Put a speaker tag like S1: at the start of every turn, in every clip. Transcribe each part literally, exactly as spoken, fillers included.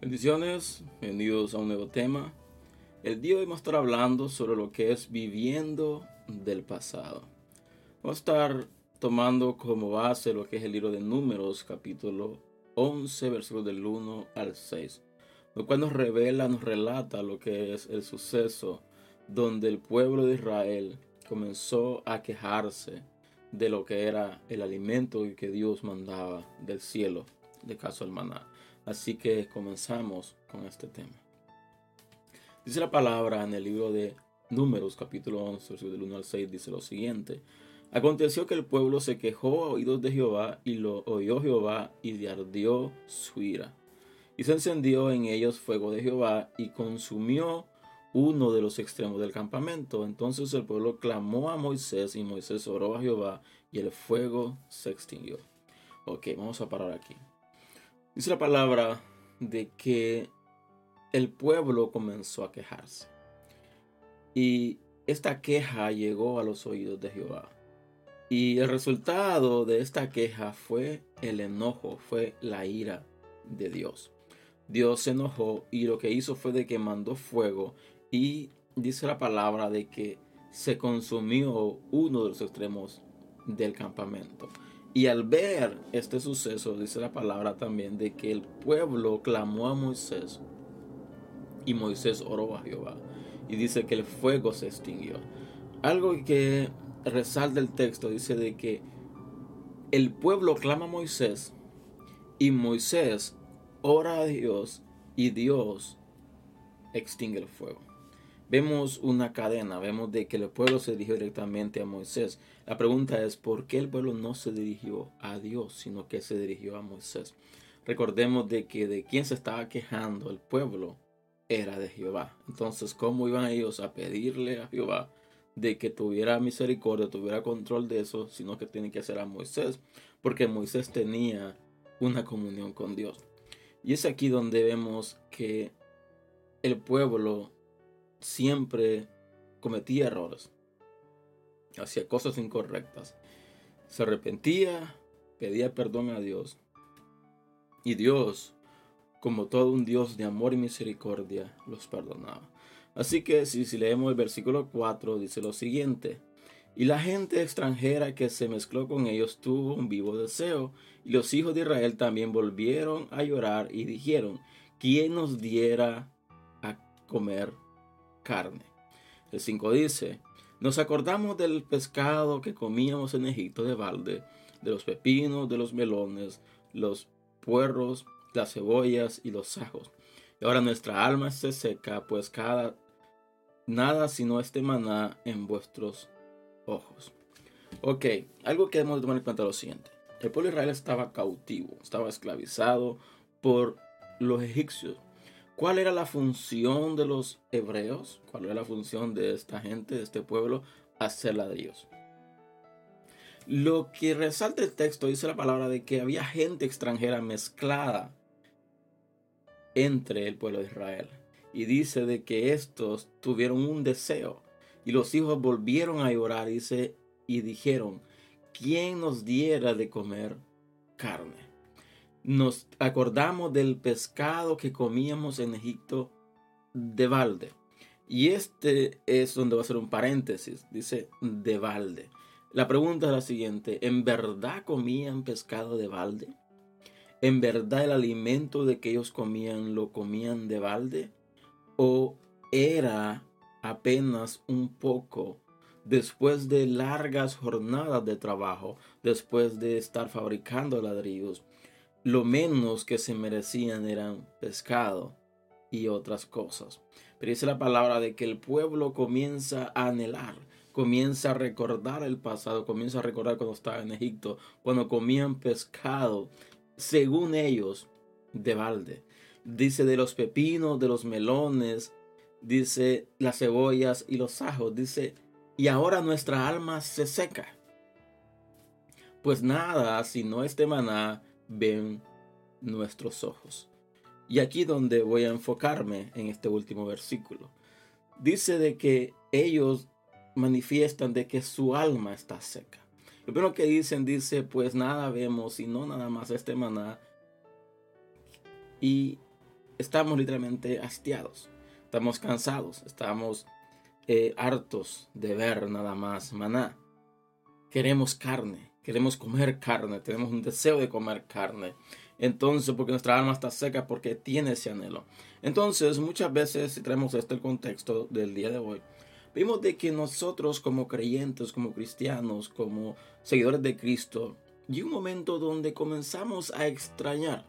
S1: Bendiciones, bienvenidos a un nuevo tema. El día de hoy vamos a estar hablando sobre lo que es viviendo del pasado. Vamos a estar tomando como base lo que es el libro de Números, capítulo once, versículos del uno al seis, lo cual nos revela, nos relata lo que es el suceso donde el pueblo de Israel comenzó a quejarse de lo que era el alimento que Dios mandaba del cielo, de caso el maná. Así que comenzamos con este tema. Dice la palabra en el libro de Números, capítulo once, del uno al seis, dice lo siguiente. Aconteció que el pueblo se quejó a oídos de Jehová, y lo oyó Jehová, y le ardió su ira. Y se encendió en ellos fuego de Jehová, y consumió uno de los extremos del campamento. Entonces el pueblo clamó a Moisés, y Moisés oró a Jehová, y el fuego se extinguió. Ok, vamos a parar aquí. Dice la palabra de que el pueblo comenzó a quejarse. Y esta queja llegó a los oídos de Jehová. Y el resultado de esta queja fue el enojo, fue la ira de Dios. Dios se enojó y lo que hizo fue de que mandó fuego, y dice la palabra de que se consumió uno de los extremos del campamento. Y al ver este suceso, dice la palabra también de que el pueblo clamó a Moisés, y Moisés oró a Jehová. Y dice que el fuego se extinguió. Algo que resalta el texto, dice de que el pueblo clama a Moisés, y Moisés ora a Dios, y Dios extingue el fuego. Vemos una cadena, vemos de que el pueblo se dirigió directamente a Moisés. La pregunta es, ¿por qué el pueblo no se dirigió a Dios, sino que se dirigió a Moisés? Recordemos de que de quien se estaba quejando el pueblo era de Jehová. Entonces, ¿cómo iban ellos a pedirle a Jehová de que tuviera misericordia, tuviera control de eso, sino que tienen que hacer a Moisés? Porque Moisés tenía una comunión con Dios. Y es aquí donde vemos que el pueblo siempre cometía errores, hacía cosas incorrectas, se arrepentía, pedía perdón a Dios, y Dios, como todo un Dios de amor y misericordia, los perdonaba. Así que si, si leemos el versículo cuatro, dice lo siguiente: y la gente extranjera que se mezcló con ellos tuvo un vivo deseo, y los hijos de Israel también volvieron a llorar y dijeron: ¿quién nos diera a comer carne? El cinco dice: nos acordamos del pescado que comíamos en Egipto de balde, de los pepinos, de los melones, los puerros, las cebollas y los ajos. Y ahora nuestra alma se seca, pues cada nada sino este maná en vuestros ojos. Ok, algo que debemos tomar en cuenta es lo siguiente. El pueblo de Israel estaba cautivo, estaba esclavizado por los egipcios. ¿Cuál era la función de los hebreos? ¿Cuál era la función de esta gente, de este pueblo? Hacerla de Dios. Lo que resalta el texto, dice la palabra de que había gente extranjera mezclada entre el pueblo de Israel. Y dice de que estos tuvieron un deseo. Y los hijos volvieron a llorar, dice, y dijeron: ¿quién nos diera de comer carne? Nos acordamos del pescado que comíamos en Egipto de balde. Y este es donde va a ser un paréntesis. Dice de balde. La pregunta es la siguiente: ¿en verdad comían pescado de balde? ¿En verdad el alimento de que ellos comían lo comían de balde? ¿O era apenas un poco después de largas jornadas de trabajo, después de estar fabricando ladrillos? Lo menos que se merecían eran pescado y otras cosas. Pero dice la palabra de que el pueblo comienza a anhelar, comienza a recordar el pasado, comienza a recordar cuando estaba en Egipto, cuando comían pescado, según ellos, de balde. Dice de los pepinos, de los melones, dice las cebollas y los ajos. Dice, y ahora nuestra alma se seca, pues nada sino este maná ven nuestros ojos. Y aquí donde voy a enfocarme en este último versículo. Dice de que ellos manifiestan de que su alma está seca. Lo primero que dicen, dice, pues nada vemos sino nada más este maná. Y estamos literalmente hastiados, estamos cansados, estamos eh, hartos de ver nada más maná. Queremos carne, queremos comer carne, tenemos un deseo de comer carne. Entonces, porque nuestra alma está seca, porque tiene ese anhelo. Entonces, muchas veces, si traemos este el contexto del día de hoy, vimos de que nosotros como creyentes, como cristianos, como seguidores de Cristo, llega un momento donde comenzamos a extrañar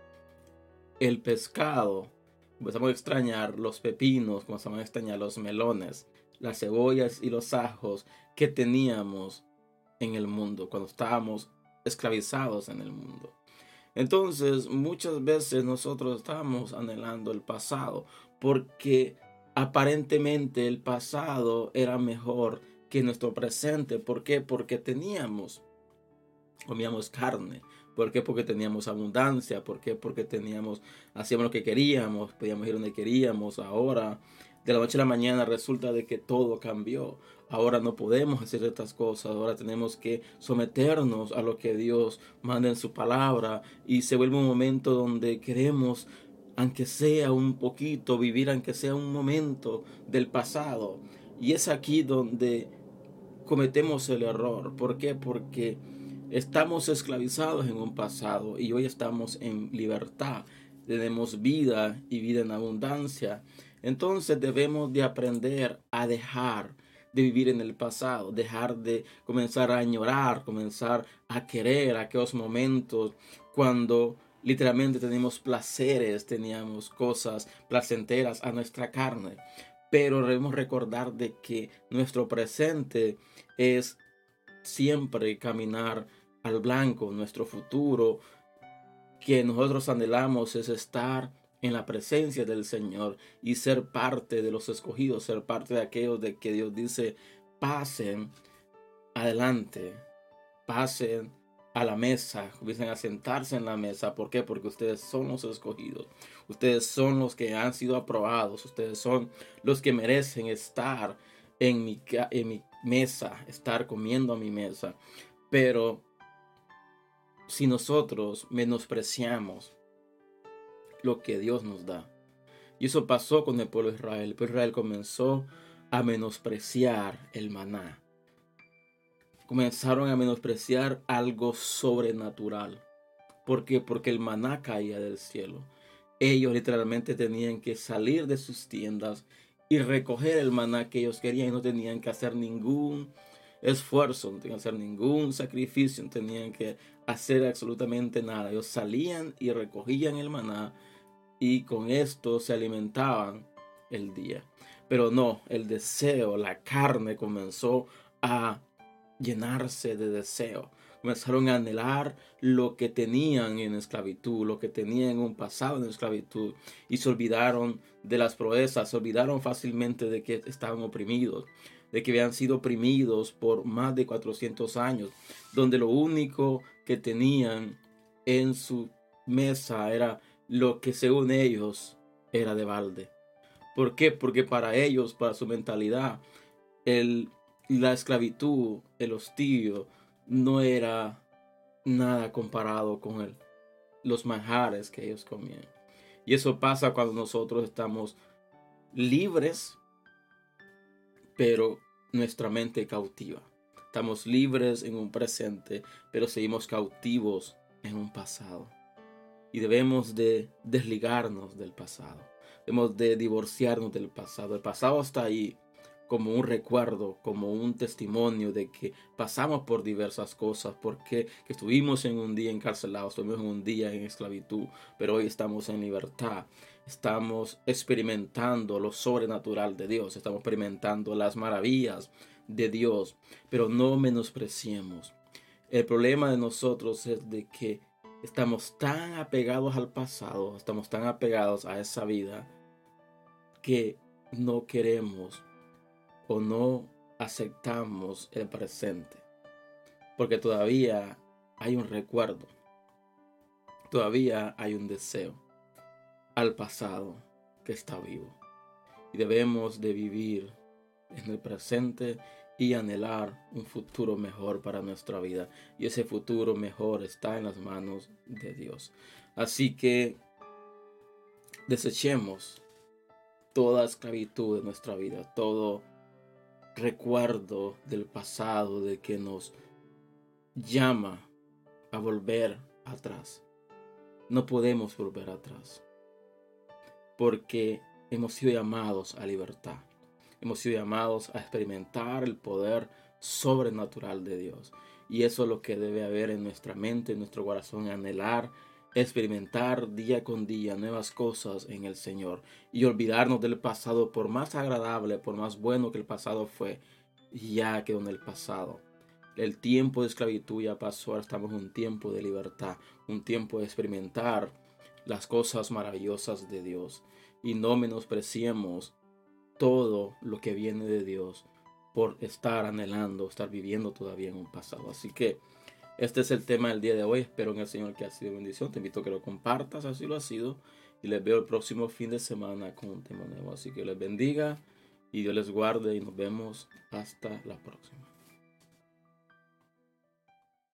S1: el pescado, comenzamos a extrañar los pepinos, comenzamos a extrañar los melones, las cebollas y los ajos que teníamos en el mundo, cuando estábamos esclavizados en el mundo. Entonces, muchas veces nosotros estamos anhelando el pasado, porque aparentemente el pasado era mejor que nuestro presente. ¿Por qué? Porque teníamos, comíamos carne. ¿Por qué? Porque teníamos abundancia. ¿Por qué? Porque teníamos, hacíamos lo que queríamos, podíamos ir donde queríamos. Ahora, de la noche a la mañana, resulta de que todo cambió. Ahora no podemos hacer estas cosas. Ahora tenemos que someternos a lo que Dios manda en su palabra. Y se vuelve un momento donde queremos, aunque sea un poquito, vivir aunque sea un momento del pasado. Y es aquí donde cometemos el error. ¿Por qué? Porque estamos esclavizados en un pasado y hoy estamos en libertad. Tenemos vida y vida en abundancia. Entonces debemos de aprender a dejar de vivir en el pasado, dejar de comenzar a añorar, comenzar a querer aquellos momentos cuando literalmente teníamos placeres, teníamos cosas placenteras a nuestra carne. Pero debemos recordar de que nuestro presente es siempre caminar al blanco. Nuestro futuro que nosotros anhelamos es estar en la presencia del Señor y ser parte de los escogidos, ser parte de aquellos de que Dios dice: pasen adelante, pasen a la mesa, comiencen a sentarse en la mesa. ¿Por qué? Porque ustedes son los escogidos, ustedes son los que han sido aprobados, ustedes son los que merecen estar en mi, en mi mesa, estar comiendo a mi mesa. Pero si nosotros menospreciamos lo que Dios nos da, y eso pasó con el pueblo de Israel, el pueblo de Israel comenzó a menospreciar el maná, comenzaron a menospreciar algo sobrenatural. ¿Por qué? Porque el maná caía del cielo. Ellos literalmente tenían que salir de sus tiendas y recoger el maná que ellos querían, y no tenían que hacer ningún esfuerzo, no tenían que hacer ningún sacrificio, no tenían que hacer absolutamente nada. Ellos salían y recogían el maná y con esto se alimentaban el día. Pero no, el deseo, la carne comenzó a llenarse de deseo. Comenzaron a anhelar lo que tenían en esclavitud, lo que tenían en un pasado en esclavitud, y se olvidaron de las proezas, se olvidaron fácilmente de que estaban oprimidos, de que habían sido oprimidos por más de cuatrocientos años, donde lo único que tenían en su mesa era lo que según ellos era de balde. ¿Por qué? Porque para ellos, para su mentalidad, el la esclavitud, el hostilio, no era nada comparado con el, los manjares que ellos comían. Y eso pasa cuando nosotros estamos libres, pero nuestra mente cautiva. Estamos libres en un presente, pero seguimos cautivos en un pasado. Y debemos de desligarnos del pasado. Debemos de divorciarnos del pasado. El pasado está ahí como un recuerdo, como un testimonio de que pasamos por diversas cosas, porque que estuvimos en un día encarcelados, estuvimos en un día en esclavitud, pero hoy estamos en libertad. Estamos experimentando lo sobrenatural de Dios, estamos experimentando las maravillas de Dios, pero no menospreciemos. El problema de nosotros es de que estamos tan apegados al pasado, estamos tan apegados a esa vida, que no queremos o no aceptamos el presente, porque todavía hay un recuerdo, todavía hay un deseo al pasado que está vivo, y debemos de vivir en el presente y anhelar un futuro mejor para nuestra vida, y ese futuro mejor está en las manos de Dios. Así que desechemos toda esclavitud de nuestra vida, todo recuerdo del pasado de que nos llama a volver atrás. No podemos volver atrás, porque hemos sido llamados a libertad. Hemos sido llamados a experimentar el poder sobrenatural de Dios. Y eso es lo que debe haber en nuestra mente, en nuestro corazón, anhelar, experimentar día con día nuevas cosas en el Señor. Y olvidarnos del pasado, por más agradable, por más bueno que el pasado fue, ya quedó en el pasado. El tiempo de esclavitud ya pasó, ahora estamos en un tiempo de libertad, un tiempo de experimentar las cosas maravillosas de Dios. Y no menospreciemos todo lo que viene de Dios por estar anhelando, estar viviendo todavía en un pasado. Así que este es el tema del día de hoy. Espero en el Señor que ha sido bendición. Te invito a que lo compartas, así lo ha sido. Y les veo el próximo fin de semana con un tema nuevo. Así que les bendiga y Dios les guarde y nos vemos hasta la próxima.